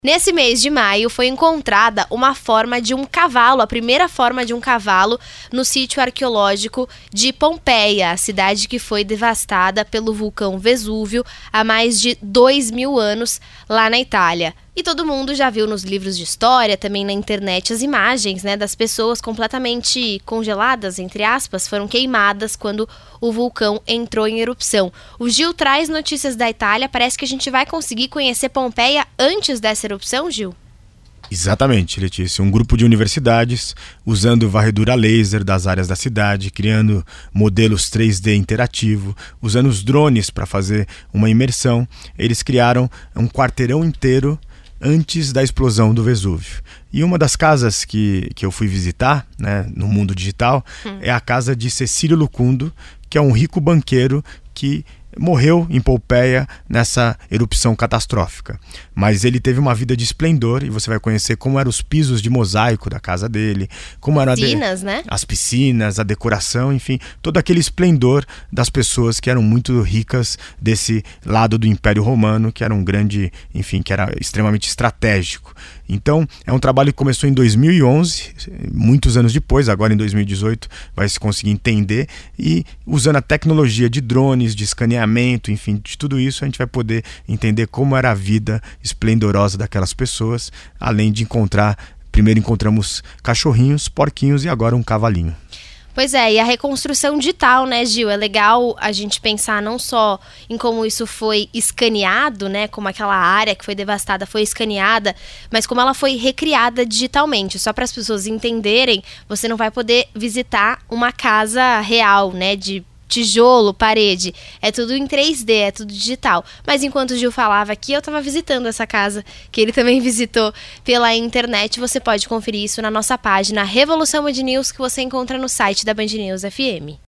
Nesse mês de maio foi encontrada uma forma de um cavalo, a primeira forma de um cavalo no sítio arqueológico de Pompeia, a cidade que foi devastada pelo vulcão Vesúvio há mais de 2.000 anos lá na Itália. E todo mundo já viu nos livros de história, também na internet, as imagens, das pessoas completamente congeladas, entre aspas, foram queimadas quando o vulcão entrou em erupção. O Gil traz notícias da Itália, parece que a gente vai conseguir conhecer Pompeia antes dessa erupção, Gil? Exatamente, Letícia. Um grupo de universidades, usando varredura laser das áreas da cidade, criando modelos 3D interativo, usando os drones para fazer uma imersão, eles criaram um quarteirão inteiro antes da explosão do Vesúvio. E uma das casas que eu fui visitar, no mundo digital, é a casa de Cecílio Lucundo, que é um rico banqueiro que morreu em Pompeia nessa erupção catastrófica. Mas ele teve uma vida de esplendor e você vai conhecer como eram os pisos de mosaico da casa dele, como eram as piscinas, a decoração, enfim, todo aquele esplendor das pessoas que eram muito ricas desse lado do Império Romano, que era um grande, enfim, que era extremamente estratégico. Então, é um trabalho que começou em 2011, muitos anos depois, agora em 2018, vai se conseguir entender, e usando a tecnologia de drones, de escaneamento, enfim, de tudo isso, a gente vai poder entender como era a vida esplendorosa daquelas pessoas, além de primeiro encontramos cachorrinhos, porquinhos e agora um cavalinho. Pois é, e a reconstrução digital, Gil? É legal a gente pensar não só em como isso foi escaneado, como aquela área que foi devastada foi escaneada, mas como ela foi recriada digitalmente. Só para as pessoas entenderem, você não vai poder visitar uma casa real, de tijolo, parede, é tudo em 3D, é tudo digital. Mas enquanto o Gil falava aqui, eu estava visitando essa casa, que ele também visitou pela internet. Você pode conferir isso na nossa página Revolução Band News, que você encontra no site da Band News FM.